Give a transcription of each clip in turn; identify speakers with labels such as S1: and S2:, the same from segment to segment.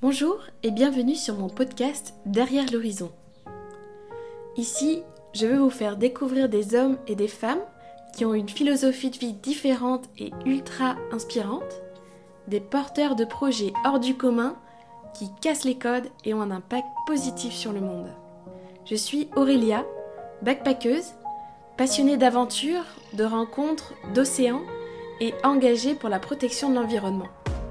S1: Bonjour et bienvenue sur mon podcast Derrière l'horizon. Ici, je veux vous faire découvrir des hommes et des femmes qui ont une philosophie de vie différente et ultra inspirante, des porteurs de projets hors du commun qui cassent les codes et ont un impact positif sur le monde. Je suis Aurélia, backpackeuse, passionnée d'aventure, de rencontres, d'océans et engagée pour la protection de l'environnement.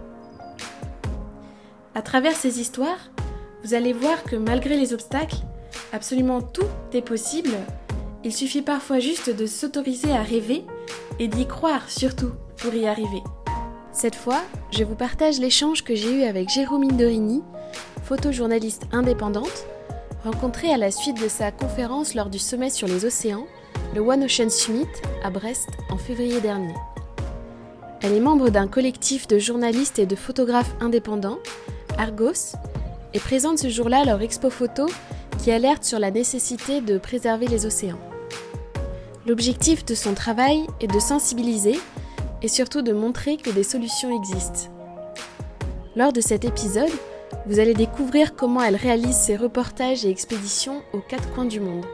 S1: À travers ces histoires, vous allez voir que malgré les obstacles, absolument tout est possible. Il suffit parfois juste de s'autoriser à rêver et d'y croire surtout pour y arriver. Cette fois, je vous partage l'échange que j'ai eu avec Jérôme Dorini, photojournaliste indépendante, rencontrée à la suite de sa conférence lors du sommet sur les océans, le One Ocean Summit à Brest en février dernier. Elle est membre d'un collectif de journalistes et de photographes indépendants, Argos, et présente ce jour-là leur expo photo qui alerte sur la nécessité de préserver les océans. L'objectif de son travail est de sensibiliser et surtout de montrer que des solutions existent. Lors de cet épisode, vous allez découvrir comment elle réalise ses reportages et expéditions aux quatre coins du monde.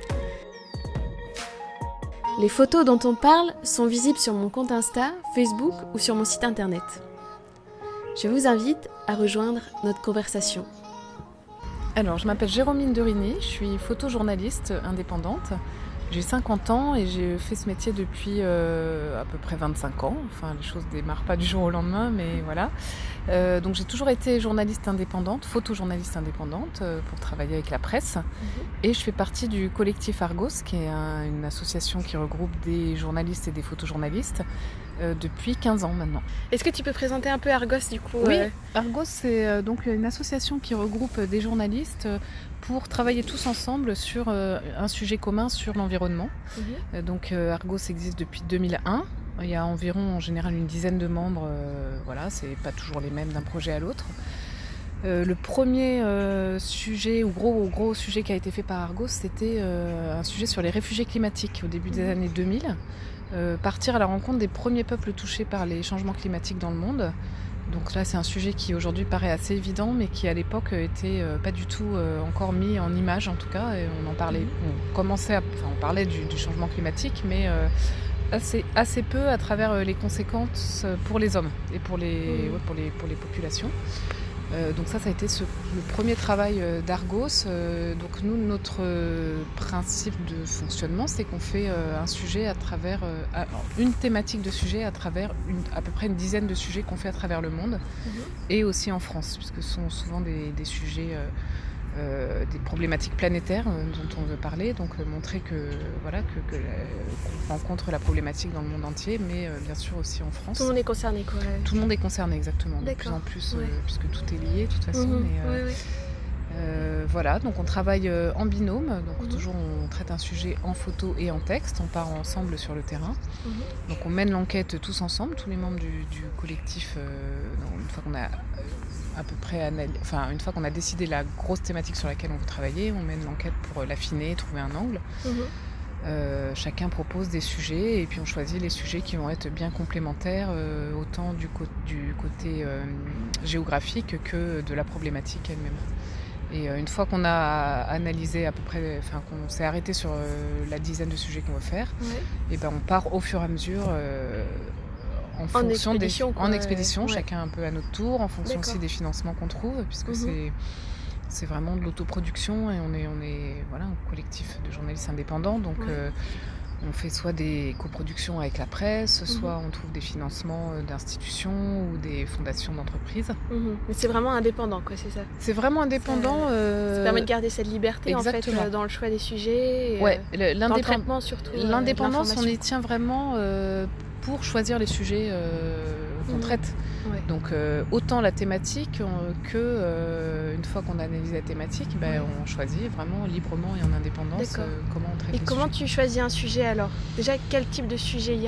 S1: Les photos dont on parle sont visibles sur mon compte Insta, Facebook ou sur mon site internet. Je vous invite à rejoindre notre conversation.
S2: Alors, je m'appelle Jérôme Dorini, je suis photojournaliste indépendante. J'ai 50 ans et j'ai fait ce métier depuis à peu près 25 ans. Enfin, les choses ne démarrent pas du jour au lendemain, mais voilà. Donc j'ai toujours été journaliste indépendante, photojournaliste indépendante pour travailler avec la presse. Et je fais partie du collectif Argos, qui est une association qui regroupe des journalistes et des photojournalistes depuis 15 ans maintenant.
S1: Est-ce que tu peux présenter un peu Argos du coup?
S2: Oui, Argos c'est donc une association qui regroupe des journalistes pour travailler tous ensemble sur un sujet commun sur l'environnement. Donc Argos existe depuis 2001. Il y a environ en général une dizaine de membres. Voilà, c'est pas toujours les mêmes d'un projet à l'autre. Le premier sujet ou gros sujet qui a été fait par Argos, c'était un sujet sur les réfugiés climatiques au début des années 2000. Partir à la rencontre des premiers peuples touchés par les changements climatiques dans le monde. Donc là, c'est un sujet qui aujourd'hui paraît assez évident, mais qui à l'époque était pas du tout encore mis en image en tout cas. Et on en parlait, on parlait du changement climatique, mais assez peu à travers les conséquences pour les hommes et pour les populations. Donc ça a été le premier travail d'Argos. Donc nous, notre principe de fonctionnement, c'est qu'on fait un sujet à travers une thématique de sujet à travers à peu près une dizaine de sujets qu'on fait à travers le monde et aussi en France, puisque ce sont souvent des sujets, des problématiques planétaires dont on veut parler. Donc montrer qu'on rencontre la problématique dans le monde entier, mais bien sûr aussi en France.
S1: Tout le monde est concerné quoi.
S2: Tout le monde est concerné exactement, de plus en plus, puisque tout est lié de toute façon. Voilà, donc on travaille en binôme, donc toujours on traite un sujet en photo et en texte, on part ensemble sur le terrain. Donc on mène l'enquête tous ensemble, tous les membres du collectif, une fois qu'on a une fois qu'on a décidé la grosse thématique sur laquelle on veut travailler, on mène l'enquête pour l'affiner, trouver un angle. Chacun propose des sujets et puis on choisit les sujets qui vont être bien complémentaires, autant du côté géographique que de la problématique elle-même. Et une fois qu'on a analysé à peu près, qu'on s'est arrêté sur la dizaine de sujets qu'on veut faire, et on part au fur et à mesure en fonction en expédition, chacun un peu à notre tour, en fonction aussi des financements qu'on trouve, puisque c'est vraiment de l'autoproduction et on est un collectif de journalistes indépendants, donc on fait soit des coproductions avec la presse, soit on trouve des financements d'institutions ou des fondations d'entrepриses.
S1: Mais c'est vraiment indépendant, quoi, c'est ça? C'est
S2: vraiment indépendant.
S1: Ça permet de garder cette liberté en fait, dans le choix des sujets, et dans le traitement surtout.
S2: L'indépendance, on y tient vraiment pour choisir les sujets qu'on traite. Donc autant la thématique que une fois qu'on a analysé la thématique, on choisit vraiment librement et en indépendance comment on traite les
S1: sujets. Et comment tu choisis un sujet alors? Déjà, quel type de sujet il y a?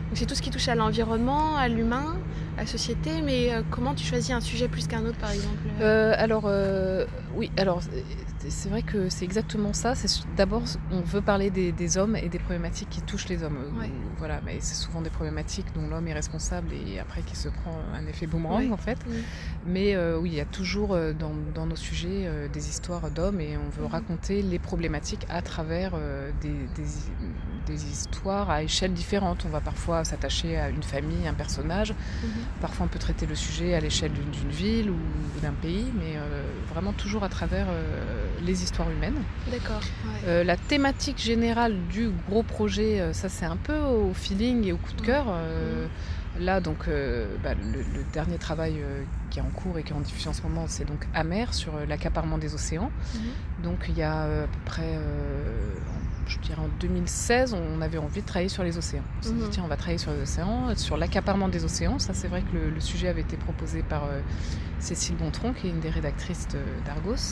S1: Donc c'est tout ce qui touche à l'environnement, à l'humain, à la société, mais comment tu choisis un sujet plus qu'un autre, par exemple
S2: Oui, alors c'est vrai que c'est exactement ça. D'abord, on veut parler des hommes et des problématiques qui touchent les hommes.
S1: Ouais.
S2: Voilà, mais c'est souvent des problématiques dont l'homme est responsable et après qui se prend un effet boomerang, en fait. Mais oui, il y a toujours dans nos sujets des histoires d'hommes et on veut raconter les problématiques à travers des histoires à échelle différente. On va parfois s'attacher à une famille, un personnage. Parfois, on peut traiter le sujet à l'échelle d'une ville ou d'un pays, mais vraiment toujours à travers les histoires humaines.
S1: D'accord.
S2: La thématique générale du gros projet, ça c'est un peu au feeling et au coup de cœur. Là, donc, le dernier travail qui est en cours et qui est en diffusion en ce moment, c'est donc Amer sur l'accaparement des océans. Donc, il y a à peu près, je dirais en 2016, on avait envie de travailler sur les océans. On s'est dit, tiens, on va travailler sur les océans, sur l'accaparement des océans. Ça, c'est vrai que le sujet avait été proposé par Cécile Bontron, qui est une des rédactrices d'Argos.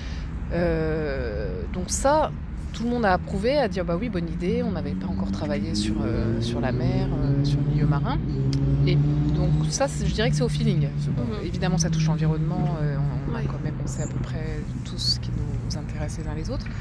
S2: Donc ça, tout le monde a approuvé, a dit bah oui, bonne idée, on n'avait pas encore travaillé sur la mer, sur le milieu marin. Et donc ça, je dirais que c'est au feeling. Évidemment, ça touche l'environnement, on sait à peu près tout ce qui nous intéresse les uns les autres.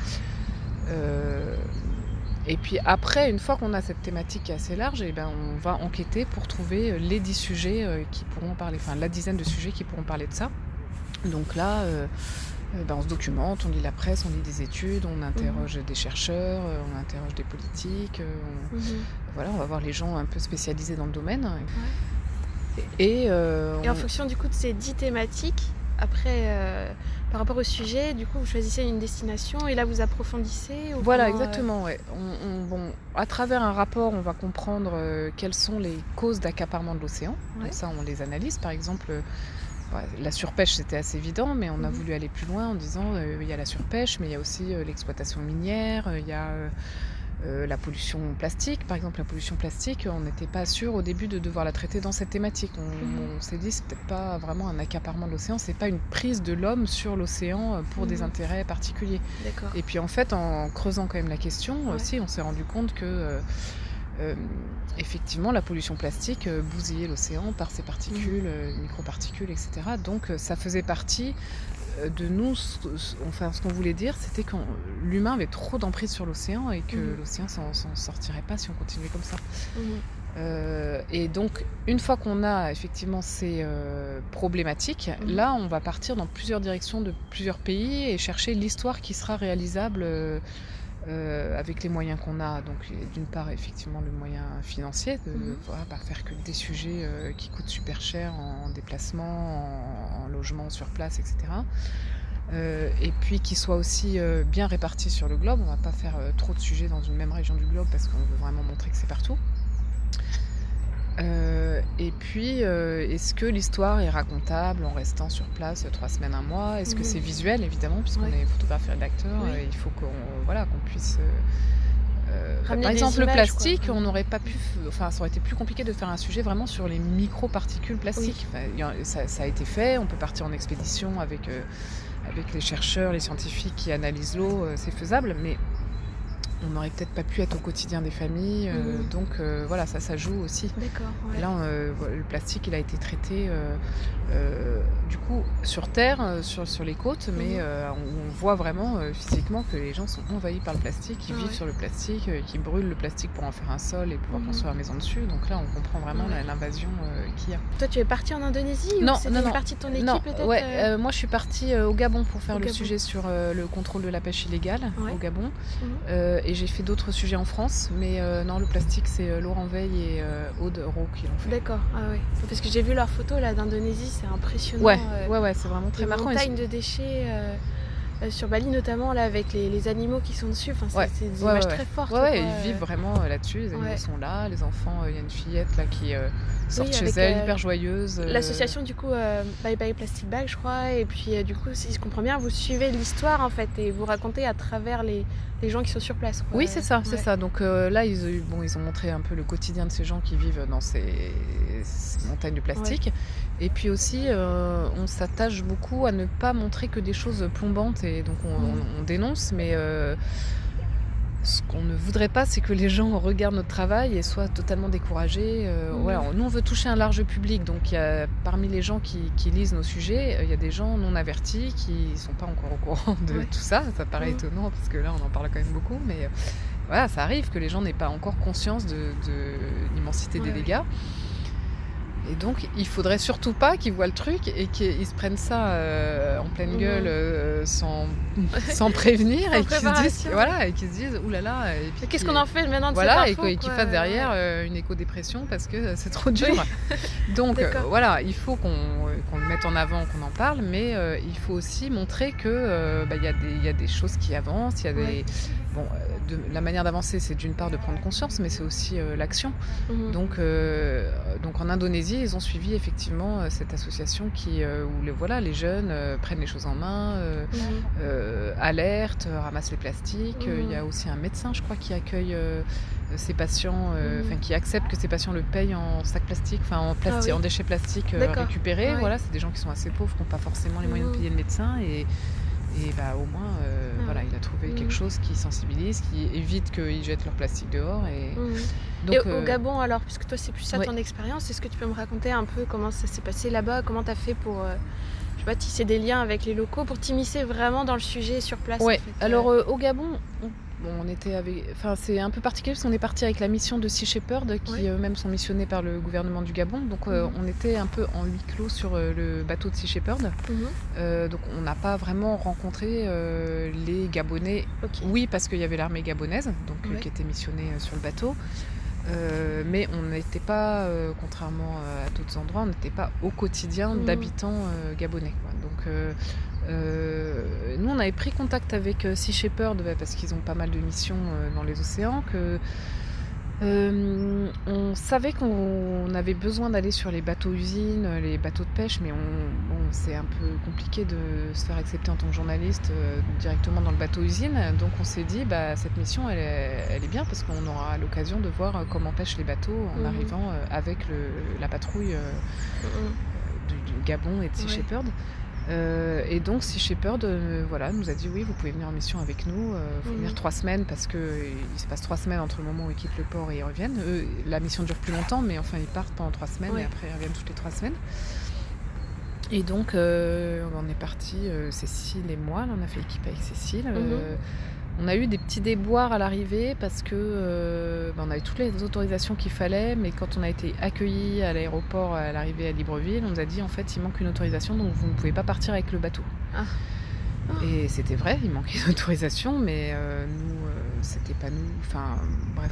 S2: Et puis après, une fois qu'on a cette thématique qui est assez large, on va enquêter pour trouver les 10 sujets qui pourront parler, enfin la dizaine de sujets qui pourront parler de ça. Donc là, on se documente, on lit la presse, on lit des études, on interroge des chercheurs, on interroge des politiques. Voilà, on va voir les gens un peu spécialisés dans le domaine. Et
S1: en fonction du coup de ces 10 thématiques, après, par rapport au sujet, du coup, vous choisissez une destination et là, vous approfondissez
S2: Voilà, exactement. Ouais. À travers un rapport, on va comprendre quelles sont les causes d'accaparement de l'océan. Donc ça, on les analyse. Par exemple, la surpêche, c'était assez évident, mais on a voulu aller plus loin en disant il y a la surpêche, mais il y a aussi l'exploitation minière, il y a la pollution plastique. Par exemple, la pollution plastique, on n'était pas sûr au début de devoir la traiter dans cette thématique. On s'est dit, c'est peut-être pas vraiment un accaparement de l'océan, c'est pas une prise de l'homme sur l'océan pour des intérêts particuliers.
S1: D'accord.
S2: Et puis en fait, en creusant quand même la question, aussi, on s'est rendu compte que effectivement, la pollution plastique bousillait l'océan par ses particules, microparticules, etc. Donc ça faisait partie de nous, ce qu'on voulait dire, c'était que l'humain avait trop d'emprise sur l'océan et que l'océan s'en sortirait pas si on continuait comme ça. Et donc, une fois qu'on a effectivement ces problématiques, là, on va partir dans plusieurs directions de plusieurs pays et chercher l'histoire qui sera réalisable avec les moyens qu'on a. Donc, d'une part, effectivement, le moyen financier, de ne pas faire que des sujets qui coûtent super cher en déplacement, en logement sur place, etc. Et puis qui soient aussi bien répartis sur le globe. On ne va pas faire trop de sujets dans une même région du globe parce qu'on veut vraiment montrer que c'est partout. Et puis, est-ce que l'histoire est racontable en restant sur place 3 semaines, 1 mois ? Est-ce que c'est visuel, évidemment, puisqu'on est photographe et rédacteur, il faut qu'on puisse... par exemple, le plastique, on n'aurait pas pu... Enfin, ça aurait été plus compliqué de faire un sujet vraiment sur les microparticules plastiques. Ça a été fait, on peut partir en expédition avec les chercheurs, les scientifiques qui analysent l'eau, c'est faisable, mais... on n'aurait peut-être pas pu être au quotidien des familles, donc voilà, ça joue aussi.
S1: D'accord. Ouais.
S2: Là, le plastique, il a été traité du coup sur terre, sur les côtes, mais on voit vraiment physiquement que les gens sont envahis par le plastique, ils vivent sur le plastique, qui brûlent le plastique pour en faire un sol et pouvoir construire une maison dessus. Donc là, on comprend vraiment l'invasion qu'il y a.
S1: Toi, tu es partie en Indonésie ou c'était une partie de ton équipe peut-être
S2: moi, je suis partie au Gabon pour faire le sujet sur le contrôle de la pêche illégale au Gabon. Et j'ai fait d'autres sujets en France, mais non, le plastique, c'est Laurent Veil et Aude Roux qui l'ont fait.
S1: D'accord, parce que j'ai vu leurs photos là d'Indonésie, c'est impressionnant.
S2: Ouais, c'est vraiment très marquant.
S1: Une montagne de déchets sur Bali notamment, là, avec les animaux qui sont dessus, c'est des images très fortes.
S2: Ils vivent vraiment là-dessus, les animaux sont là, les enfants, il y a une fillette là qui sort chez elle, hyper joyeuse.
S1: L'association du coup Bye Bye Plastic Bag, je crois, et puis du coup, si je comprends bien, vous suivez l'histoire en fait et vous racontez à travers les gens qui sont sur place. Quoi.
S2: Oui, c'est ça. Donc là, ils ont montré un peu le quotidien de ces gens qui vivent dans ces montagnes de plastique. Et puis aussi, on s'attache beaucoup à ne pas montrer que des choses plombantes, et donc on dénonce, mais Ce qu'on ne voudrait pas, c'est que les gens regardent notre travail et soient totalement découragés. Voilà, nous, on veut toucher un large public. Donc, parmi les gens qui lisent nos sujets, il y a des gens non avertis qui ne sont pas encore au courant de tout ça. Ça paraît étonnant parce que là, on en parle quand même beaucoup. Mais voilà, ça arrive que les gens n'aient pas encore conscience de l'immensité des dégâts. Et donc, il faudrait surtout pas qu'ils voient le truc et qu'ils se prennent ça en pleine gueule sans prévenir et qu'ils se disent oulala. Et puis
S1: qu'est-ce qu'on en fait maintenant de
S2: cette info,
S1: et
S2: qu'ils fassent derrière une éco-dépression parce que c'est trop dur. Donc voilà, il faut qu'on le mette en avant, qu'on en parle, mais il faut aussi montrer que y a des choses qui avancent, il y a des la manière d'avancer, c'est d'une part de prendre conscience, mais c'est aussi l'action. Donc en Indonésie, ils ont suivi effectivement cette association où les jeunes prennent les choses en main, alertent, ramassent les plastiques. Il y a aussi un médecin, je crois, qui accueille ces patients, qui accepte que ces patients le payent en sac plastique, en déchets plastiques récupérés. Voilà, c'est des gens qui sont assez pauvres, qui n'ont pas forcément les moyens de payer le médecin et au moins il a trouvé quelque chose qui sensibilise, qui évite qu'ils jettent leur plastique dehors.
S1: Donc, et au Gabon alors, puisque toi c'est plus ça ton expérience, est-ce que tu peux me raconter un peu comment ça s'est passé là-bas, comment tu as fait pour tisser des liens avec les locaux, pour t'immiscer vraiment dans le sujet sur place?
S2: Alors au Gabon, on était c'est un peu particulier parce qu'on est parti avec la mission de Sea Shepherd qui eux-mêmes sont missionnés par le gouvernement du Gabon. Donc on était un peu en huis clos sur le bateau de Sea Shepherd. Donc on n'a pas vraiment rencontré les Gabonais. Oui, parce qu'il y avait l'armée gabonaise qui était missionnée sur le bateau. Mais on n'était pas, contrairement à d'autres endroits, on n'était pas au quotidien d'habitants gabonais. Donc nous, on avait pris contact avec Sea Shepherd parce qu'ils ont pas mal de missions dans les océans. On savait qu'on avait besoin d'aller sur les bateaux-usines, les bateaux de pêche, mais c'est un peu compliqué de se faire accepter en tant que journaliste directement dans le bateau-usine. Donc on s'est dit, cette mission, elle est bien parce qu'on aura l'occasion de voir comment pêchent les bateaux en arrivant avec la patrouille du Gabon et de Sea Shepherd. Et donc Sea Shepherd nous a dit oui, vous pouvez venir en mission avec nous, il faut venir 3 semaines parce qu'il se passe 3 semaines entre le moment où ils quittent le port et ils reviennent. La mission dure plus longtemps, mais enfin ils partent pendant 3 semaines et après ils reviennent toutes les 3 semaines. Et donc on est parti, Cécile et moi, là, on a fait équipe avec Cécile. On a eu des petits déboires à l'arrivée parce que on avait toutes les autorisations qu'il fallait, mais quand on a été accueillis à l'aéroport à l'arrivée à Libreville, on nous a dit en fait il manque une autorisation, donc vous ne pouvez pas partir avec le bateau. Et c'était vrai, il manquait une autorisation, mais nous, c'était pas nous. Enfin bref,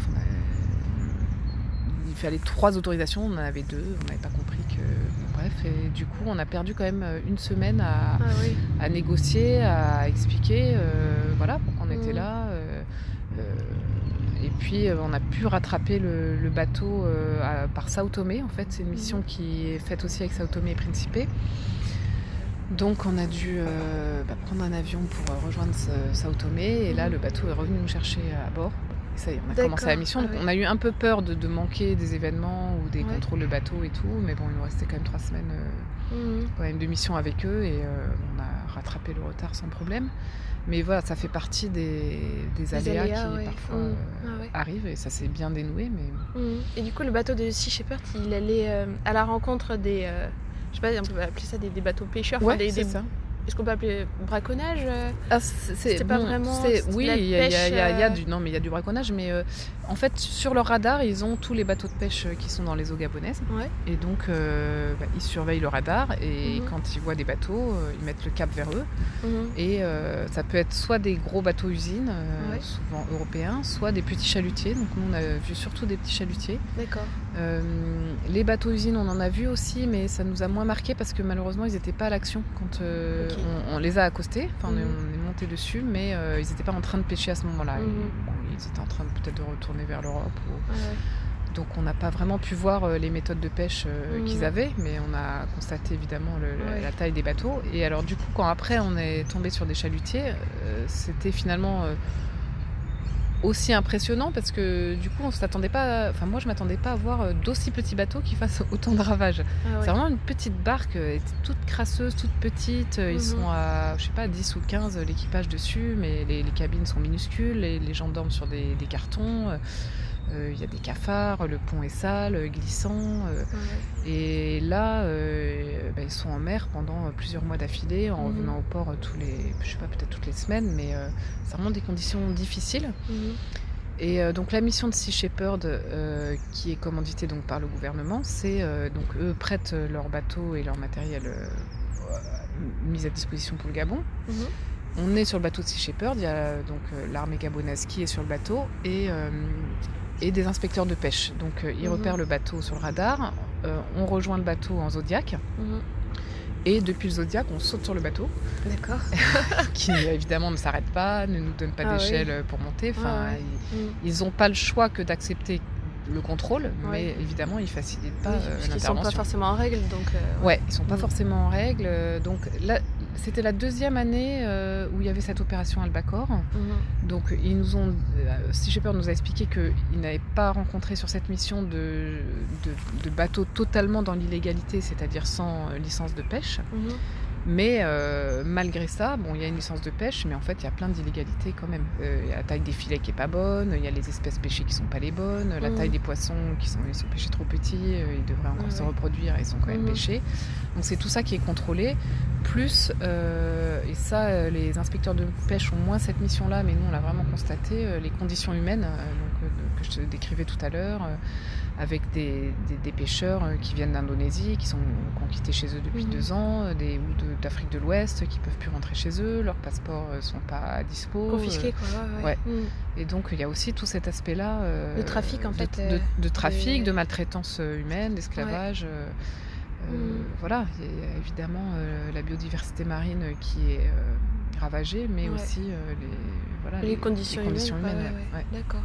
S2: il fallait 3 autorisations, on en avait 2, on n'avait pas compris que... Bref, et du coup, on a perdu quand même 1 semaine à négocier, à expliquer, pourquoi on était là. Et puis, on a pu rattraper le bateau par Sao Tomé. En fait, c'est une mission qui est faite aussi avec Sao Tomé et Principe. Donc, on a dû prendre un avion pour rejoindre Sao Tomé. Et là, le bateau est revenu nous chercher à bord. Ça y est, on a commencé la mission. Donc on a eu un peu peur de manquer des événements ou des contrôles de bateau et tout, mais bon, il nous restait quand même 3 semaines quand même de mission avec eux et on a rattrapé le retard sans problème. Mais voilà, ça fait partie des aléas qui parfois arrivent et ça s'est bien dénoué. Mais...
S1: Et du coup, le bateau de Sea Shepherd, il allait à la rencontre des... je sais pas, on peut appeler ça des bateaux pêcheurs.
S2: C'est ça.
S1: Est-ce qu'on peut appeler braconnage?
S2: C'était
S1: pas vraiment.
S2: Oui, il y a du braconnage, mais en fait, sur leur radar, ils ont tous les bateaux de pêche qui sont dans les eaux gabonaises. Et donc, ils surveillent le radar et quand ils voient des bateaux, ils mettent le cap vers eux. Et ça peut être soit des gros bateaux-usines, souvent européens, soit des petits chalutiers. Donc, nous, on a vu surtout des petits chalutiers.
S1: D'accord.
S2: Les bateaux-usines, on en a vu aussi, mais ça nous a moins marqué parce que malheureusement, ils n'étaient pas à l'action quand on les a accostés. Enfin, on est monté dessus, mais ils n'étaient pas en train de pêcher à ce moment-là. Ils étaient en train peut-être de retourner vers l'Europe. Donc, on n'a pas vraiment pu voir les méthodes de pêche qu'ils avaient, mais on a constaté évidemment la taille des bateaux. Et alors, du coup, quand après on est tombé sur des chalutiers, c'était finalement aussi impressionnant parce que du coup on s'attendait pas, enfin moi je m'attendais pas à voir d'aussi petits bateaux qui fassent autant de ravages. C'est vraiment une petite barque, toute crasseuse, toute petite. Ils sont à, je sais pas, 10 ou 15 l'équipage dessus, mais les cabines sont minuscules, les gens dorment sur des cartons. Il y a des cafards, le pont est sale, glissant. Et là, ils sont en mer pendant plusieurs mois d'affilée, en revenant au port peut-être toutes les semaines, mais c'est vraiment des conditions difficiles. Et donc la mission de Sea Shepherd, qui est commanditée donc par le gouvernement, c'est donc eux prêtent leurs bateaux et leur matériel mis à disposition pour le Gabon. On est sur le bateau de Sea Shepherd, il y a donc l'armée gabonaise qui est sur le bateau et des inspecteurs de pêche. Donc ils repèrent le bateau sur le radar, on rejoint le bateau en Zodiac. Et depuis le Zodiac, on saute sur le bateau.
S1: D'accord.
S2: Qui évidemment ne s'arrête pas, ne nous donne pas d'échelle pour monter. Enfin, ils n'ont pas le choix que d'accepter le contrôle, mais évidemment, ils ne facilitent pas l'intervention.
S1: Ils ne sont pas forcément en règle. Donc,
S2: ils ne sont pas forcément en règle. Donc là, c'était la deuxième année où il y avait cette opération Albacore. Donc ils nous ont, Sea Shepherd nous a expliqué qu'ils n'avaient pas rencontré sur cette mission de bateaux totalement dans l'illégalité, c'est-à-dire sans licence de pêche. Mais malgré ça, il y a une licence de pêche, mais en fait il y a plein d'illégalités quand même. Il y a la taille des filets qui est pas bonne, il y a les espèces pêchées qui sont pas les bonnes, la taille des poissons ils sont pêchés trop petits, ils devraient encore se reproduire, ils sont quand même pêchés. Donc c'est tout ça qui est contrôlé. Plus, et ça les inspecteurs de pêche ont moins cette mission-là, mais nous on l'a vraiment constaté, les conditions humaines que je te décrivais tout à l'heure. Avec des pêcheurs qui viennent d'Indonésie, qui ont quitté chez eux depuis 2 ans, ou d'Afrique de l'Ouest, qui ne peuvent plus rentrer chez eux, leurs passeports ne sont pas à dispo.
S1: Confisqués, quoi.
S2: Et donc, il y a aussi tout cet aspect-là.
S1: De trafic, en fait.
S2: De trafic, de maltraitance humaine, d'esclavage. Voilà, il y a évidemment la biodiversité marine qui est ravagée, mais aussi
S1: les conditions humaines. D'accord.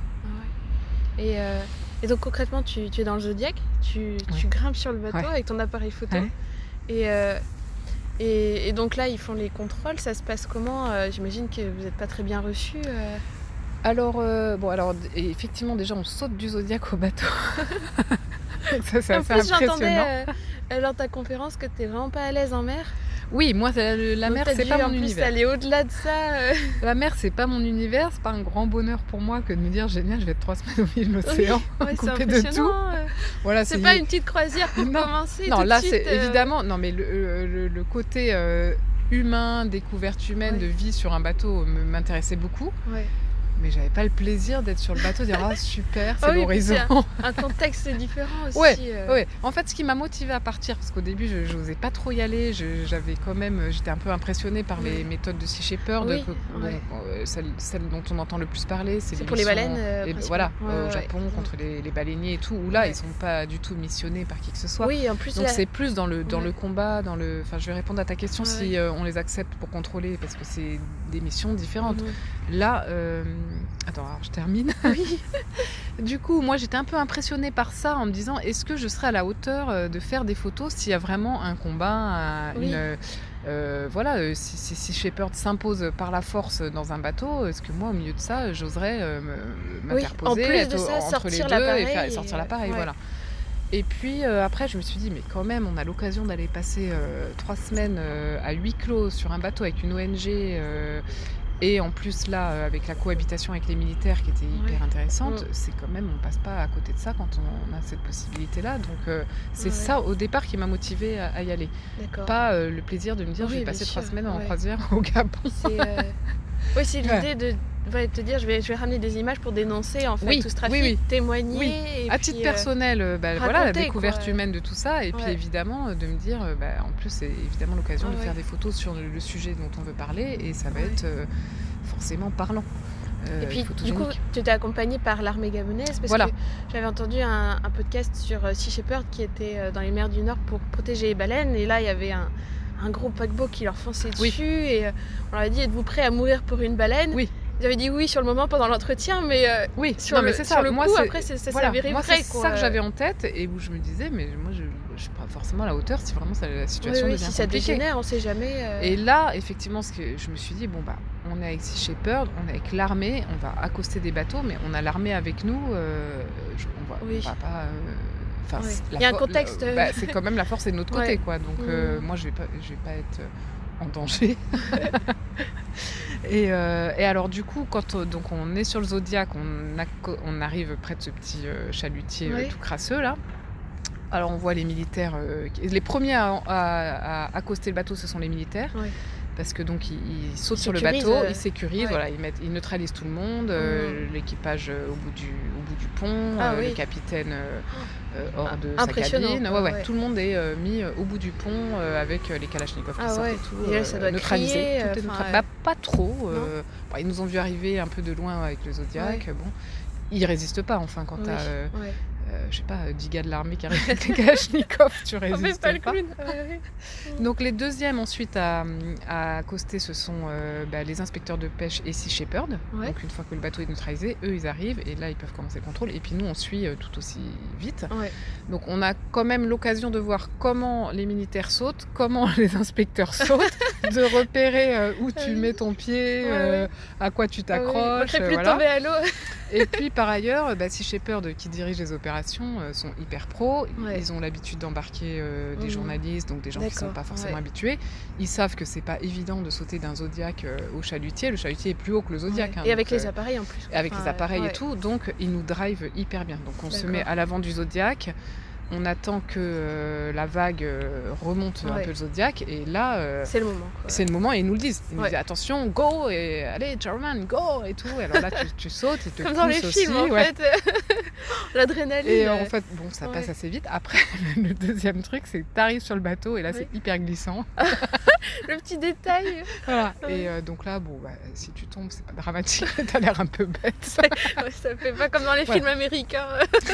S1: Et donc concrètement, tu es dans le Zodiac, tu grimpes sur le bateau avec ton appareil photo. Et donc là, ils font les contrôles. Ça se passe comment ? J'imagine que vous n'êtes pas très bien reçus.
S2: Alors, effectivement, déjà, on saute du Zodiac au bateau. Ça, c'est assez impressionnant.
S1: J'entendais lors de ta conférence que tu n'es vraiment pas à l'aise en mer.
S2: Oui, moi, la mer, c'est pas mon univers.
S1: En plus, aller au-delà de ça.
S2: La mer, c'est pas mon univers. C'est pas un grand bonheur pour moi que de me dire génial, je vais être 3 semaines au milieu de l'océan, coupé de tout. Voilà,
S1: c'est pas une petite croisière pour commencer.
S2: Non, là, c'est évidemment. Non, mais le côté humain, découverte humaine, de vie sur un bateau m'intéressait beaucoup. Mais j'avais pas le plaisir d'être sur le bateau et de dire super, c'est l'horizon.
S1: Un contexte différent aussi.
S2: Ouais. En fait, ce qui m'a motivée à partir, parce qu'au début je n'osais pas trop y aller, j'étais un peu impressionnée par les méthodes de Sea Shepherd. Celle dont on entend le plus parler, c'est
S1: pour les baleines.
S2: Au Japon contre les baleiniers et tout. Où là, ils sont pas du tout missionnés par qui que ce soit.
S1: Oui, en plus.
S2: Donc c'est plus dans le combat, Enfin, je vais répondre à ta question si on les accepte pour contrôler, parce que c'est des missions différentes. Là. Attends, alors je termine.
S1: Oui.
S2: Du coup, moi j'étais un peu impressionnée par ça en me disant est-ce que je serai à la hauteur de faire des photos s'il y a vraiment un combat, si Sea Shepherd s'impose par la force dans un bateau, est-ce que moi au milieu de ça j'oserais m'interposer,
S1: être entre les deux et
S2: sortir l'appareil, voilà. Et puis après je me suis dit mais quand même on a l'occasion d'aller passer 3 semaines à huis clos sur un bateau avec une ONG et en plus là avec la cohabitation avec les militaires qui était hyper intéressante, c'est quand même, on passe pas à côté de ça quand on a cette possibilité là, donc c'est ça au départ qui m'a motivée à y aller.
S1: D'accord.
S2: Pas le plaisir de me dire je vais passer 3 semaines en croisière au Gabon.
S1: C'est l'idée de te dire je vais ramener des images pour dénoncer en fait tout ce trafic, témoigner. Et
S2: à titre personnel, la découverte humaine de tout ça, et puis évidemment de me dire en plus c'est évidemment l'occasion de faire des photos sur le sujet dont on veut parler, et ça va être forcément parlant.
S1: Et puis du coup tu t'es accompagnée par l'armée gabonaise parce que j'avais entendu un podcast sur Sea Shepherd qui était dans les mers du Nord pour protéger les baleines, et là il y avait un gros paquebot qui leur fonçait dessus et on leur a dit êtes-vous prêts à mourir pour une baleine ? Ils avaient dit oui sur le moment pendant l'entretien, mais
S2: oui,
S1: sur
S2: mais c'est ça.
S1: sur le
S2: Moi,
S1: coup,
S2: c'est...
S1: après, ça
S2: voilà.
S1: s'avérait
S2: Moi,
S1: vrai,
S2: c'est
S1: quoi.
S2: ça que j'avais en tête et où je me disais, mais moi, je suis pas forcément à la hauteur si vraiment la situation devient
S1: si ça
S2: compliquée.
S1: dégénère, on sait jamais.
S2: Et là, effectivement, ce que je me suis dit, on est avec Sea Shepherd, on est avec l'armée, on va accoster des bateaux, mais on a l'armée avec nous, on va pas...
S1: Il y a un contexte.
S2: C'est quand même la force est de notre côté, quoi. Donc moi, je vais pas être en danger. Et alors du coup, quand on est sur le Zodiac, on arrive près de ce petit chalutier tout crasseux là. Alors on voit les militaires. Les premiers à accoster le bateau, ce sont les militaires. Oui. Parce que donc ils sautent sur le bateau, ils sécurisent, voilà, ils neutralisent tout le monde, l'équipage au bout du pont, le capitaine hors de sa cabine. Tout le monde est mis au bout du pont avec les kalachnikovs qui sortent et tout,
S1: et là, ça doit
S2: neutralisé.
S1: Crier,
S2: tout est pas trop. Ils nous ont vu arriver un peu de loin avec le Zodiac. Bon, ils résistent pas. Enfin, quand t'as je sais pas, 10 gars de l'armée qui arrivent avec des kalachnikovs, tu résistes pas. Donc les deuxièmes ensuite à accoster, ce sont les inspecteurs de pêche et Sea Shepherd. Donc une fois que le bateau est neutralisé, eux ils arrivent et là ils peuvent commencer le contrôle. Et puis nous on suit tout aussi vite. Donc on a quand même l'occasion de voir comment les militaires sautent, comment les inspecteurs sautent, de repérer où tu mets ton pied, à quoi tu t'accroches.
S1: Moi, plus tomber à l'eau.
S2: Et puis par ailleurs, Sea Shepherd qui dirige les opérations sont hyper pros. Ils ont l'habitude d'embarquer des journalistes, donc des gens qui ne sont pas forcément habitués. Ils savent que c'est pas évident de sauter d'un Zodiac au chalutier. Le chalutier est plus haut que le Zodiac.
S1: Et avec les appareils en plus.
S2: Avec les appareils et tout, donc ils nous drivent hyper bien. Donc on se met à l'avant du Zodiac. On attend que la vague remonte un peu le Zodiac et là
S1: c'est le moment.
S2: C'est le moment et ils nous le disent. Ils nous disent attention, go et allez German, go et tout. Et alors là tu sautes et te
S1: comme dans les films
S2: aussi,
S1: en fait. L'adrénaline.
S2: Et en fait ça passe assez vite. Après le deuxième truc c'est que tu arrives sur le bateau et là c'est hyper glissant.
S1: Le petit détail.
S2: Voilà. Et donc là si tu tombes c'est pas dramatique. T'as l'air un peu bête.
S1: Ça fait pas comme dans les films américains.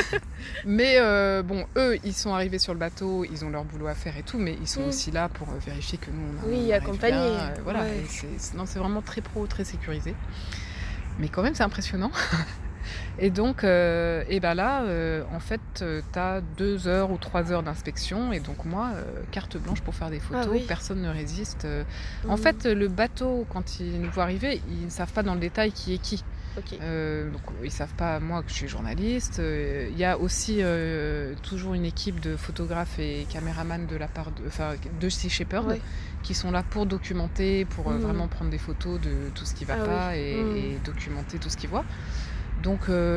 S2: Mais eux, ils sont arrivés sur le bateau, ils ont leur boulot à faire et tout, mais ils sont aussi là pour vérifier que nous, on
S1: accompagner.
S2: Voilà, et c'est vraiment très pro, très sécurisé. Mais quand même, c'est impressionnant. Et donc, là, en fait, tu as 2 heures ou 3 heures d'inspection. Et donc, moi, carte blanche pour faire des photos, personne ne résiste. En fait, le bateau, quand ils nous voient arriver, ils ne savent pas dans le détail qui est qui.
S1: Okay.
S2: Donc ils savent pas moi que je suis journaliste. Il y a aussi toujours une équipe de photographes et caméramans de la part de Sea Shepherd qui sont là pour documenter, pour vraiment prendre des photos de tout ce qui va pas et documenter tout ce qu'ils voient. Donc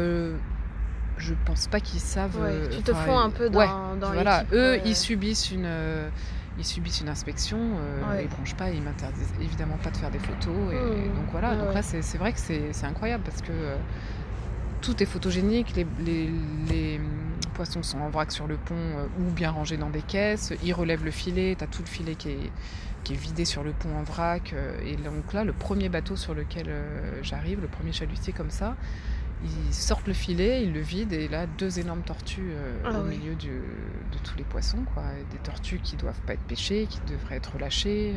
S2: je pense pas qu'ils savent.
S1: Tu te fonds un peu dans l'équipe.
S2: Eux ils subissent une inspection, ils branchent pas, ils m'interdisent évidemment pas de faire des photos. Et donc voilà, donc là c'est vrai que c'est incroyable parce que tout est photogénique, les poissons sont en vrac sur le pont ou bien rangés dans des caisses, ils relèvent le filet, t'as tout le filet qui est vidé sur le pont en vrac. Et donc là, le premier bateau sur lequel j'arrive, le premier chalutier comme ça, ils sortent le filet, ils le vident et là 2 énormes tortues au milieu de tous les poissons, quoi. Des tortues qui doivent pas être pêchées, qui devraient être relâchées.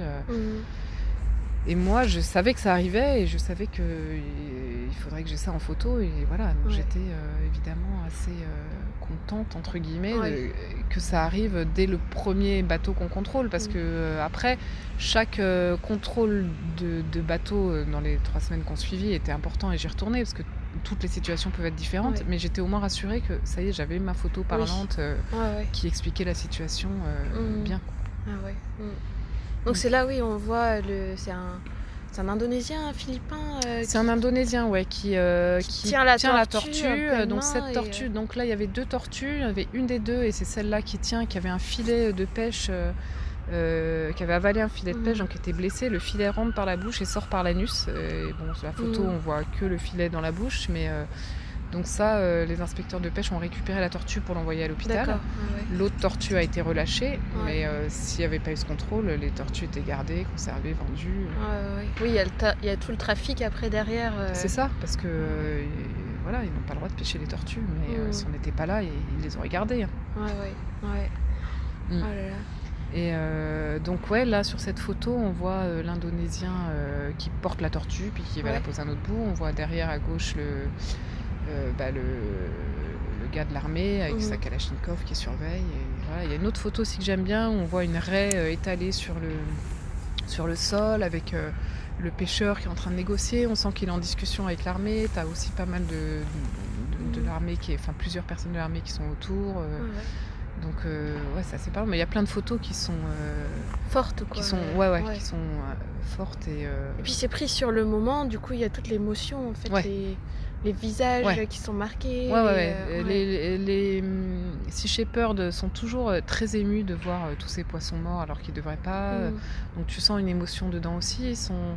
S2: Et moi je savais que ça arrivait et je savais qu'il faudrait que j'ai ça en photo et voilà. Donc j'étais évidemment assez contente entre guillemets que ça arrive dès le premier bateau qu'on contrôle parce que après chaque contrôle de bateau dans les 3 semaines qu'on suivit était important et j'y retournais parce que toutes les situations peuvent être différentes, mais j'étais au moins rassurée que ça y est, j'avais ma photo parlante qui expliquait la situation bien.
S1: Donc c'est là, on voit, c'est un Indonésien, un Philippin
S2: c'est un Indonésien, qui tient la tortue. Donc cette tortue, donc là il y avait 2 tortues, il y avait une des 2 et c'est celle-là qui avait un filet de pêche. Qui avait avalé un filet de pêche, donc qui était blessé. Le filet rentre par la bouche et sort par l'anus. Et bon, sur la photo, on voit que le filet dans la bouche, mais donc ça, les inspecteurs de pêche ont récupéré la tortue pour l'envoyer à l'hôpital. L'autre tortue a été relâchée, mais s'il n'y avait pas eu ce contrôle, les tortues étaient gardées, conservées, vendues.
S1: Oui, il y a tout le trafic après derrière.
S2: C'est ça, parce que ils n'ont pas le droit de pêcher les tortues, mais si on n'était pas là, ils les auraient gardées.
S1: Oh là là.
S2: Et donc là sur cette photo on voit l'Indonésien qui porte la tortue, puis qui va la poser à un autre bout. On voit derrière à gauche le gars de l'armée avec sa Kalachnikov qui surveille. Et voilà. Il y a une autre photo aussi que j'aime bien où on voit une raie étalée sur le sol avec le pêcheur qui est en train de négocier. On sent qu'il est en discussion avec l'armée. Tu as aussi pas mal de l'armée, plusieurs personnes de l'armée qui sont autour. Donc c'est assez parlant. Mais il y a plein de photos qui sont
S1: fortes, quoi.
S2: Qui sont fortes et
S1: puis c'est pris sur le moment. Du coup, il y a toute l'émotion en fait. Les visages qui sont marqués.
S2: Les Sea Shepherd sont toujours très émus de voir tous ces poissons morts alors qu'ils ne devraient pas. Donc tu sens une émotion dedans aussi.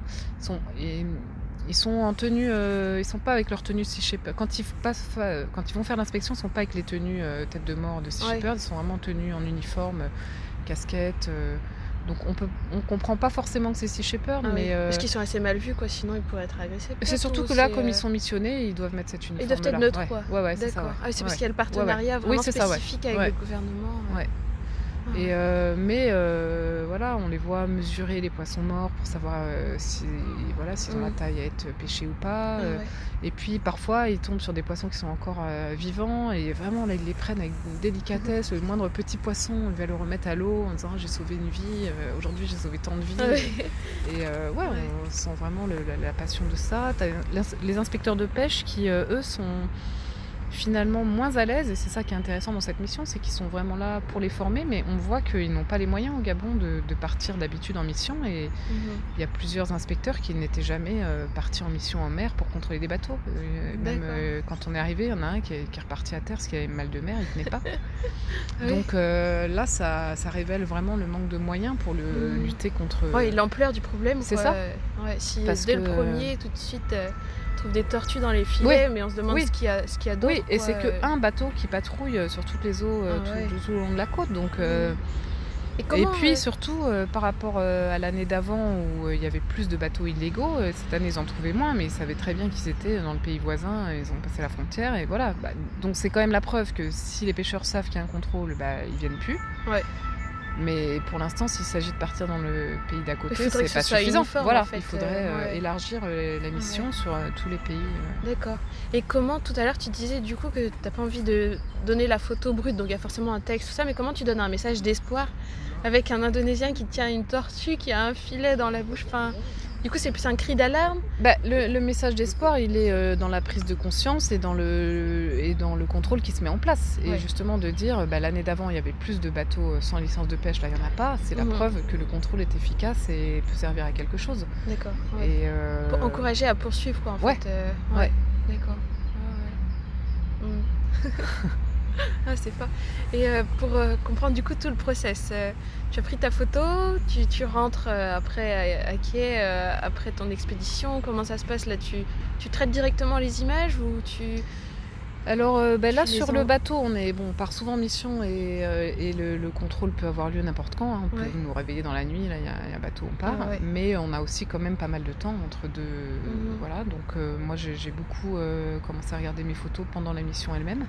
S2: Ils sont en tenue, ils sont pas avec leur tenue Sea Shepherd. Quand ils vont faire l'inspection, ils sont pas avec les tenues tête de mort de Sea Shepherd. Ils sont vraiment tenus en uniforme, casquette. Donc on comprend pas forcément que c'est Sea Shepherd, mais
S1: parce qu'ils sont assez mal vus, quoi. Sinon ils pourraient être agressés.
S2: C'est surtout que là, comme ils sont missionnés, ils doivent mettre cette uniforme.
S1: Ils doivent être neutres, quoi.
S2: Ouais, c'est ça.
S1: C'est parce qu'il y a le partenariat vraiment spécifique avec le gouvernement.
S2: Voilà, on les voit mesurer les poissons morts pour savoir s'ils ont la taille à être pêchés ou pas. Et puis parfois ils tombent sur des poissons qui sont encore vivants et vraiment là ils les prennent avec une délicatesse. Le moindre petit poisson, on va le remettre à l'eau en disant j'ai sauvé une vie, aujourd'hui j'ai sauvé tant de vies. On sent vraiment la passion de ça. T'as les inspecteurs de pêche qui eux sont finalement moins à l'aise, et c'est ça qui est intéressant dans cette mission, c'est qu'ils sont vraiment là pour les former, mais on voit qu'ils n'ont pas les moyens au Gabon de partir d'habitude en mission, et il y a plusieurs inspecteurs qui n'étaient jamais partis en mission en mer pour contrôler des bateaux. Même quand on est arrivé, il y en a un qui est reparti à terre parce qu'il avait mal de mer, il ne tenait pas. Donc là, ça révèle vraiment le manque de moyens pour lutter contre...
S1: et l'ampleur du problème.
S2: C'est ça.
S1: Si dès le premier, tout de suite... trouve des tortues dans les filets, mais on se demande ce qu'il y a d'autre.
S2: Oui, et c'est qu'un bateau qui patrouille sur toutes les eaux tout le long de la côte. Donc, et puis surtout, par rapport à l'année d'avant où il y avait plus de bateaux illégaux, cette année ils en trouvaient moins, mais ils savaient très bien qu'ils étaient dans le pays voisin, ils ont passé la frontière, et voilà. Donc c'est quand même la preuve que si les pêcheurs savent qu'il y a un contrôle, ils viennent plus. Mais pour l'instant, s'il s'agit de partir dans le pays d'à côté, c'est pas suffisant. Voilà, il faudrait élargir la mission sur tous les pays.
S1: D'accord. Et comment, tout à l'heure, tu disais du coup que t'as pas envie de donner la photo brute, donc il y a forcément un texte, tout ça, mais comment tu donnes un message d'espoir avec un Indonésien qui tient une tortue, qui a un filet dans la bouche, du coup, c'est plus un cri d'alarme.
S2: Le message d'espoir, il est dans la prise de conscience et dans le contrôle qui se met en place. Et justement de dire, l'année d'avant, il y avait plus de bateaux sans licence de pêche, là, il n'y en a pas. C'est la preuve que le contrôle est efficace et peut servir à quelque chose.
S1: D'accord. Et pour encourager à poursuivre, quoi, en fait. D'accord. C'est fort. Et pour comprendre du coup tout le process, tu as pris ta photo, tu rentres après à quai, après ton expédition, comment ça se passe là, tu traites directement les images ou tu...
S2: Alors là sur le bateau on part souvent en mission et le contrôle peut avoir lieu n'importe quand, on peut nous réveiller dans la nuit, là il y a un bateau, on part, mais on a aussi quand même pas mal de temps entre deux, voilà, donc moi j'ai beaucoup commencé à regarder mes photos pendant la mission elle-même.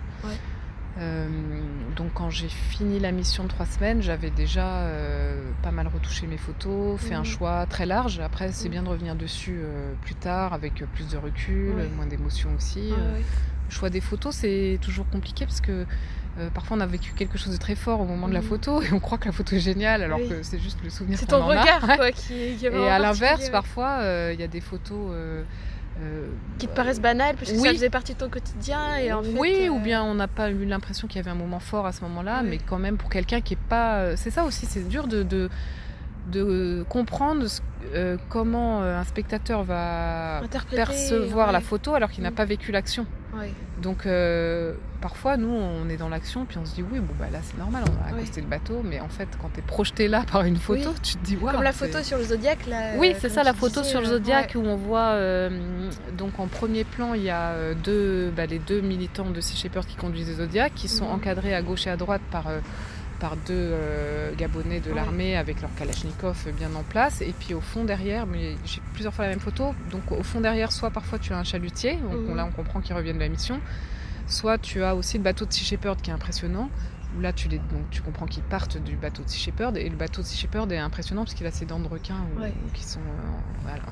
S2: Donc quand j'ai fini la mission de 3 semaines, j'avais déjà pas mal retouché mes photos, fait un choix très large. Après c'est bien de revenir dessus plus tard avec plus de recul, moins d'émotion aussi. Le choix des photos c'est toujours compliqué parce que parfois on a vécu quelque chose de très fort au moment de la photo et on croit que la photo est géniale alors que c'est juste le souvenir qu'on en a.
S1: C'est ton regard quoi, qui est
S2: et à l'inverse parfois il y a des photos...
S1: qui te paraissent banales parce que ça faisait partie de ton quotidien et en fait,
S2: ou bien on n'a pas eu l'impression qu'il y avait un moment fort à ce moment-là, mais quand même pour quelqu'un qui est pas... c'est ça aussi, c'est dur de comprendre comment un spectateur va percevoir la photo alors qu'il n'a pas vécu l'action. Donc parfois nous on est dans l'action puis on se dit là c'est normal, on a accosté le bateau, mais en fait quand tu es projeté là par une photo tu te dis
S1: comme la photo sur le Zodiac là.
S2: C'est ça, la photo sur le Zodiac où on voit donc en premier plan il y a les deux militants de Sea Shepherd qui conduisent le Zodiac qui sont encadrés à gauche et à droite par deux Gabonais de l'armée avec leur Kalachnikov bien en place, et puis au fond derrière, mais j'ai plusieurs fois la même photo, donc au fond derrière soit parfois tu as un chalutier, donc là on comprend qu'ils reviennent de la mission, soit tu as aussi le bateau de Sea Shepherd qui est impressionnant, où là tu comprends qu'ils partent du bateau de Sea Shepherd, et le bateau de Sea Shepherd est impressionnant parce qu'il a ses dents de requin qui sont à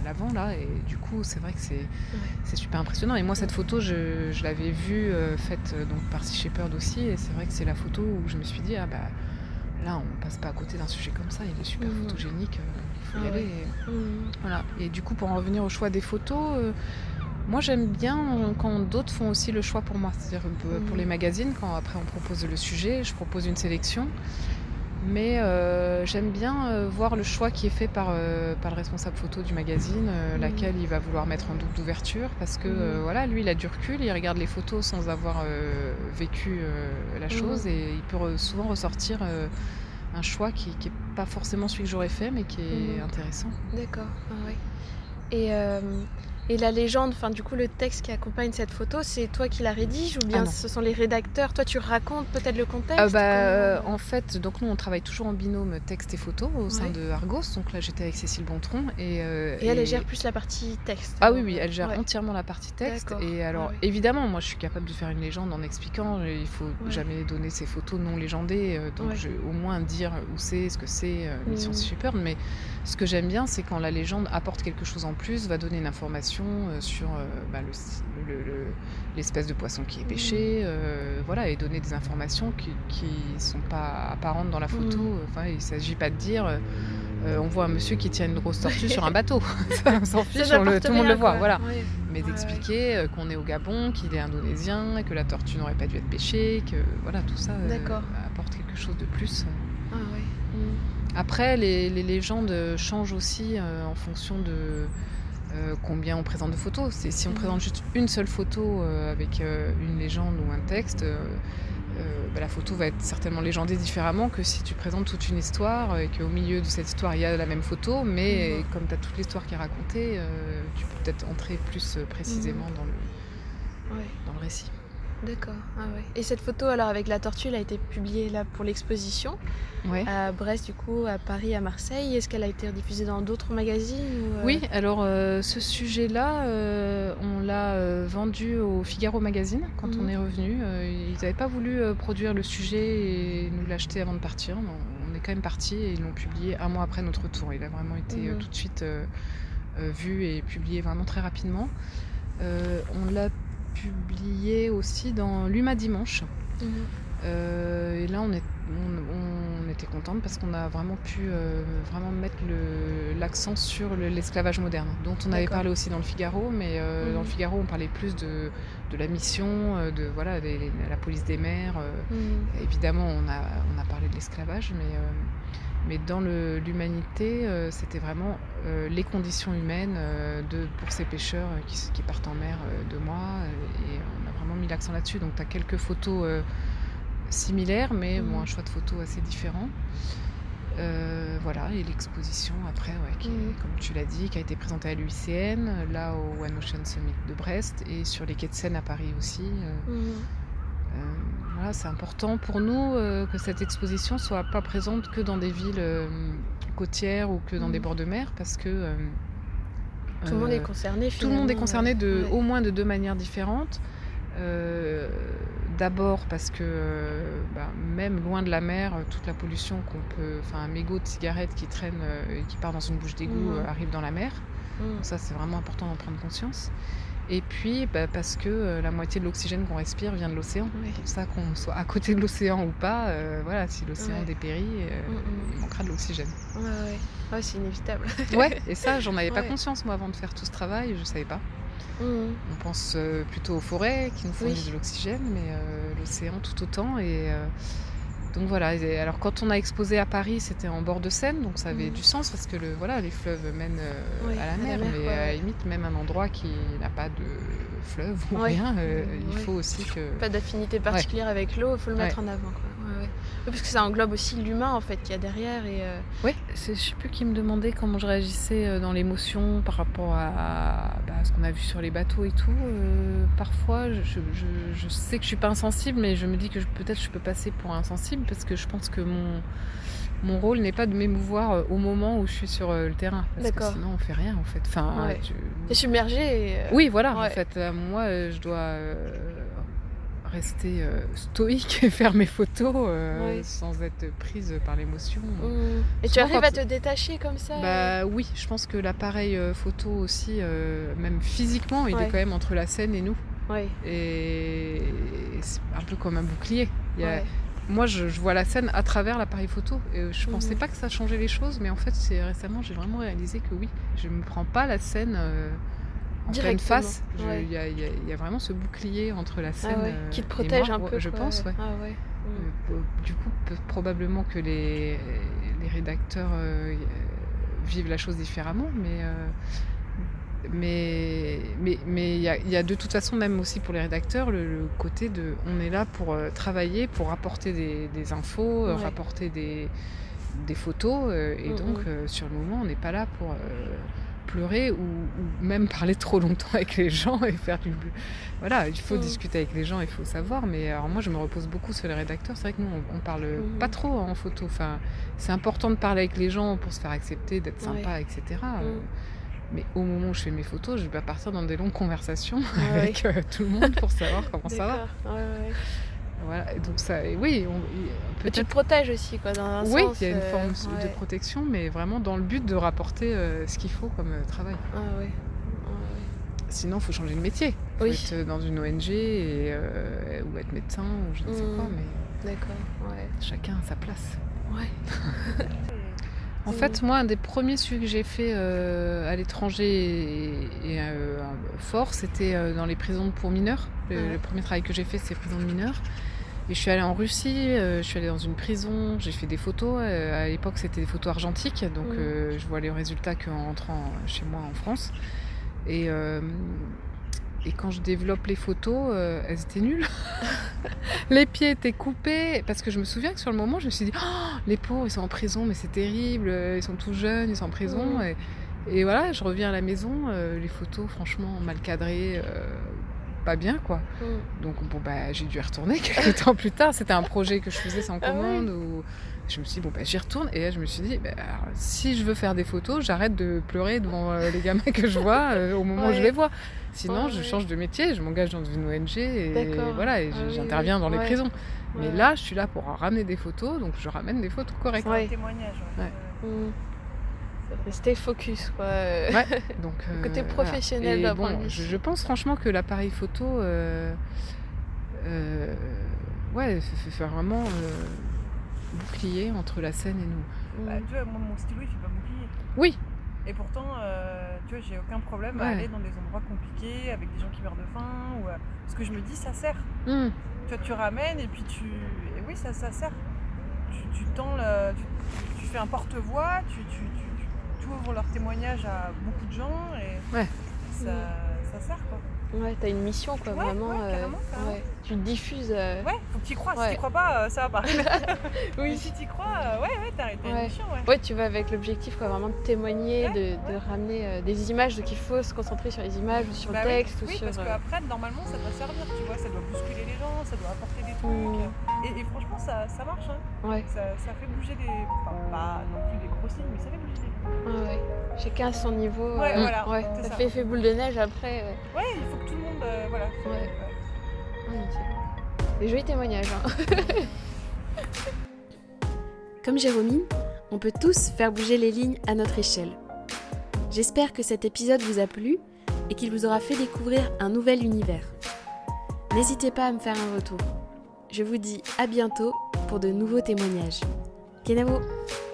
S2: l'avant là, et du coup c'est vrai que c'est super impressionnant. Et moi cette photo je l'avais vue faite donc par Sea Shepherd aussi, et c'est vrai que c'est la photo où je me suis dit là on passe pas à côté d'un sujet comme ça, il est super photogénique, il faut y aller. Voilà. Et du coup pour en revenir au choix des photos, moi j'aime bien quand d'autres font aussi le choix pour moi, c'est-à-dire pour les magazines, quand après on propose le sujet, je propose une sélection. Mais j'aime bien voir le choix qui est fait par le responsable photo du magazine, laquelle il va vouloir mettre en double d'ouverture, parce que voilà, lui il a du recul, il regarde les photos sans avoir vécu la chose, et il peut souvent ressortir un choix qui n'est pas forcément celui que j'aurais fait, mais qui est intéressant.
S1: D'accord, Et la légende, enfin du coup le texte qui accompagne cette photo, c'est toi qui la rédiges ou bien ce sont les rédacteurs? Toi tu racontes peut-être le contexte?
S2: En fait, donc nous on travaille toujours en binôme texte et photo au sein de Argos. Donc là j'étais avec Cécile Bontron et
S1: elle gère plus la partie texte.
S2: Ah oui, elle gère entièrement la partie texte. D'accord. Et alors évidemment moi je suis capable de faire une légende en expliquant, il faut jamais donner ces photos non légendées, donc je vais au moins dire où c'est, ce que c'est, Mission Sea Shepherd. Mais ce que j'aime bien, c'est quand la légende apporte quelque chose en plus, va donner une information sur l'espèce de poisson qui est pêché, voilà, et donner des informations qui sont pas apparentes dans la photo. Enfin, il s'agit pas de dire on voit un monsieur qui tient une grosse tortue sur un bateau. Ça, on s'en fiche, tout le monde le voit. Voilà. Mais d'expliquer qu'on est au Gabon, qu'il est indonésien, que la tortue n'aurait pas dû être pêchée, que voilà, tout ça apporte quelque chose de plus. Après, les légendes changent aussi en fonction de combien on présente de photos. Si on présente juste une seule photo avec une légende ou un texte, la photo va être certainement légendée différemment que si tu présentes toute une histoire et qu'au milieu de cette histoire il y a la même photo, mais comme tu as toute l'histoire qui est racontée, tu peux peut-être entrer plus précisément dans le récit.
S1: D'accord. Et cette photo alors avec la tortue, elle a été publiée là pour l'exposition à Brest, du coup, à Paris, à Marseille. Est-ce qu'elle a été diffusée dans d'autres magazines ou
S2: Oui, alors ce sujet-là, on l'a vendu au Figaro Magazine quand on est revenu. Ils n'avaient pas voulu produire le sujet et nous l'acheter avant de partir. On est quand même partis et ils l'ont publié un mois après notre retour. Il a vraiment été tout de suite vu et publié vraiment très rapidement. On l'a publié aussi dans l'Huma Dimanche. Et là on était contente parce qu'on a vraiment pu vraiment mettre l'accent sur l'esclavage moderne, dont on avait parlé aussi dans le Figaro, mais dans le Figaro on parlait plus de la mission, de la police des mers. Évidemment on a parlé de l'esclavage, mais dans l'humanité, c'était vraiment les conditions humaines pour ces pêcheurs qui partent en mer 2 mois. Et on a vraiment mis l'accent là-dessus. Donc tu as quelques photos similaires, mais un choix de photos assez différent. Voilà, et l'exposition après, qui est, comme tu l'as dit, qui a été présentée à l'UICN, là au One Ocean Summit de Brest, et sur les quais de Seine à Paris aussi. Voilà, c'est important pour nous que cette exposition soit pas présente que dans des villes côtières ou que dans des bords de mer, parce que
S1: tout le monde est concerné finalement.
S2: Tout le monde est concerné au moins de 2 manières différentes. D'abord parce que même loin de la mer, toute la pollution un mégot de cigarette qui traîne et qui part dans une bouche d'égout arrive dans la mer. Donc ça, c'est vraiment important d'en prendre conscience. Et puis parce que la moitié de l'oxygène qu'on respire vient de l'océan. Pour ça, qu'on soit à côté de l'océan ou pas, si l'océan dépérit, il manquera de l'oxygène.
S1: Ouais, c'est inévitable.
S2: Et ça, j'en avais pas conscience moi avant de faire tout ce travail, je savais pas. On pense plutôt aux forêts qui nous fournissent de l'oxygène, mais l'océan tout autant. Et donc voilà. Et alors quand on a exposé à Paris, c'était en bord de Seine, donc ça avait du sens parce que les fleuves mènent à la mer, mais à la limite même un endroit qui n'a pas de fleuve ou rien, il faut aussi que...
S1: Pas d'affinité particulière avec l'eau, il faut le mettre en avant, quoi. Oui, parce que ça englobe aussi l'humain en fait qu'il y a derrière. Et
S2: je sais plus qui me demandait comment je réagissais dans l'émotion par rapport à ce qu'on a vu sur les bateaux et tout. Parfois, je sais que je suis pas insensible, mais je me dis que peut-être je peux passer pour insensible parce que je pense que mon rôle n'est pas de m'émouvoir au moment où je suis sur le terrain, parce que sinon on fait rien en fait.
S1: T'es submergée.
S2: Oui, voilà. En fait, moi, je dois rester stoïque et faire mes photos sans être prise par l'émotion.
S1: Et tu arrives à te détacher comme ça?
S2: Bah oui, je pense que l'appareil photo aussi, même physiquement, il est quand même entre la scène et nous. Et c'est un peu comme un bouclier. Moi, je vois la scène à travers l'appareil photo. Et je pensais pas que ça changeait les choses, mais en fait, récemment, j'ai vraiment réalisé que oui, je me prends pas la scène en pleine face. Il y a vraiment ce bouclier entre la scène
S1: qui te protège
S2: et moi,
S1: un peu.
S2: Je pense, du coup, probablement que les rédacteurs vivent la chose différemment, mais il y a de toute façon, même aussi pour les rédacteurs, le côté de on est là pour travailler, pour rapporter des infos, rapporter des photos, et donc sur le moment on n'est pas là pour pleurer ou même parler trop longtemps avec les gens et faire du... Voilà, il faut discuter avec les gens, il faut savoir, mais alors moi je me repose beaucoup sur les rédacteurs. C'est vrai que nous on parle pas trop en photo, enfin, c'est important de parler avec les gens pour se faire accepter, d'être sympa, etc. Mais au moment où je fais mes photos, je vais pas partir dans des longues conversations avec tout le monde pour savoir comment ça va. Voilà, et donc ça,
S1: peut-être... Tu te protèges aussi, quoi, dans un sens.
S2: Oui, il y a une forme de protection, mais vraiment dans le but de rapporter ce qu'il faut comme travail. Sinon, il faut changer de métier. Il faut être dans une ONG ou être médecin ou je ne sais quoi, mais chacun a sa place. En fait, moi, un des premiers sujets que j'ai fait à l'étranger et fort, c'était dans les prisons pour mineurs. Le premier travail que j'ai fait, c'est prison de mineurs. Et je suis allée en Russie, je suis allée dans une prison, j'ai fait des photos. À l'époque, c'était des photos argentiques, donc je vois les résultats qu'en rentrant chez moi en France. Et quand je développe les photos, elles étaient nulles. Les pieds étaient coupés, parce que je me souviens que sur le moment, je me suis dit les pauvres, ils sont en prison, mais c'est terrible, ils sont tout jeunes, ils sont en prison. Et voilà, je reviens à la maison, les photos, franchement, mal cadrées, pas bien, quoi. Donc j'ai dû y retourner quelques temps plus tard. C'était un projet que je faisais sans commande, où je me suis dit, j'y retourne. Et là, je me suis dit, alors, si je veux faire des photos, j'arrête de pleurer devant les gamins que je vois au moment où je les vois. Sinon, je change de métier, je m'engage dans une ONG et voilà, et j'interviens dans les prisons. Mais là, je suis là pour ramener des photos, donc je ramène des photos correctes.
S3: C'est un témoignage.
S1: Rester focus, quoi.
S2: Donc,
S1: côté professionnel d'un point de vue.
S2: Je pense franchement que l'appareil photo fait vraiment bouclier entre la scène et nous.
S3: Tu vois, moi, mon stylo, il fait pas bouclier.
S2: Oui.
S3: Et pourtant, tu vois, j'ai aucun problème à aller dans des endroits compliqués avec des gens qui meurent de faim. Parce que je me dis, ça sert. Tu vois, tu ramènes et puis et oui, ça sert. Tu tends tu fais un porte-voix, tu ouvres leur témoignage à beaucoup de gens et ça sert, quoi.
S1: T'as une mission, quoi, vraiment.
S3: Carrément.
S1: Tu diffuses.
S3: Faut que tu y crois. Si tu crois pas, ça va pas.
S1: Oui.
S3: Mais si tu y crois, t'as une mission.
S1: Tu vas avec l'objectif, quoi, vraiment de témoigner, de ramener des images, donc il faut se concentrer sur les images ou sur le texte.
S3: Oui, parce qu'après, normalement, ça doit servir, tu vois, ça doit bousculer les gens, ça doit apporter des trucs. Et franchement, ça marche. Ça fait bouger pas non plus des gros signes, mais ça fait bouger des gens.
S1: Chacun à son niveau.
S3: Voilà,
S1: ça fait effet boule de neige après.
S3: Il faut que tout le monde.
S1: Des jolis témoignages.
S4: Comme Jérôme, on peut tous faire bouger les lignes à notre échelle. J'espère que cet épisode vous a plu et qu'il vous aura fait découvrir un nouvel univers. N'hésitez pas à me faire un retour. Je vous dis à bientôt pour de nouveaux témoignages. Kenavo!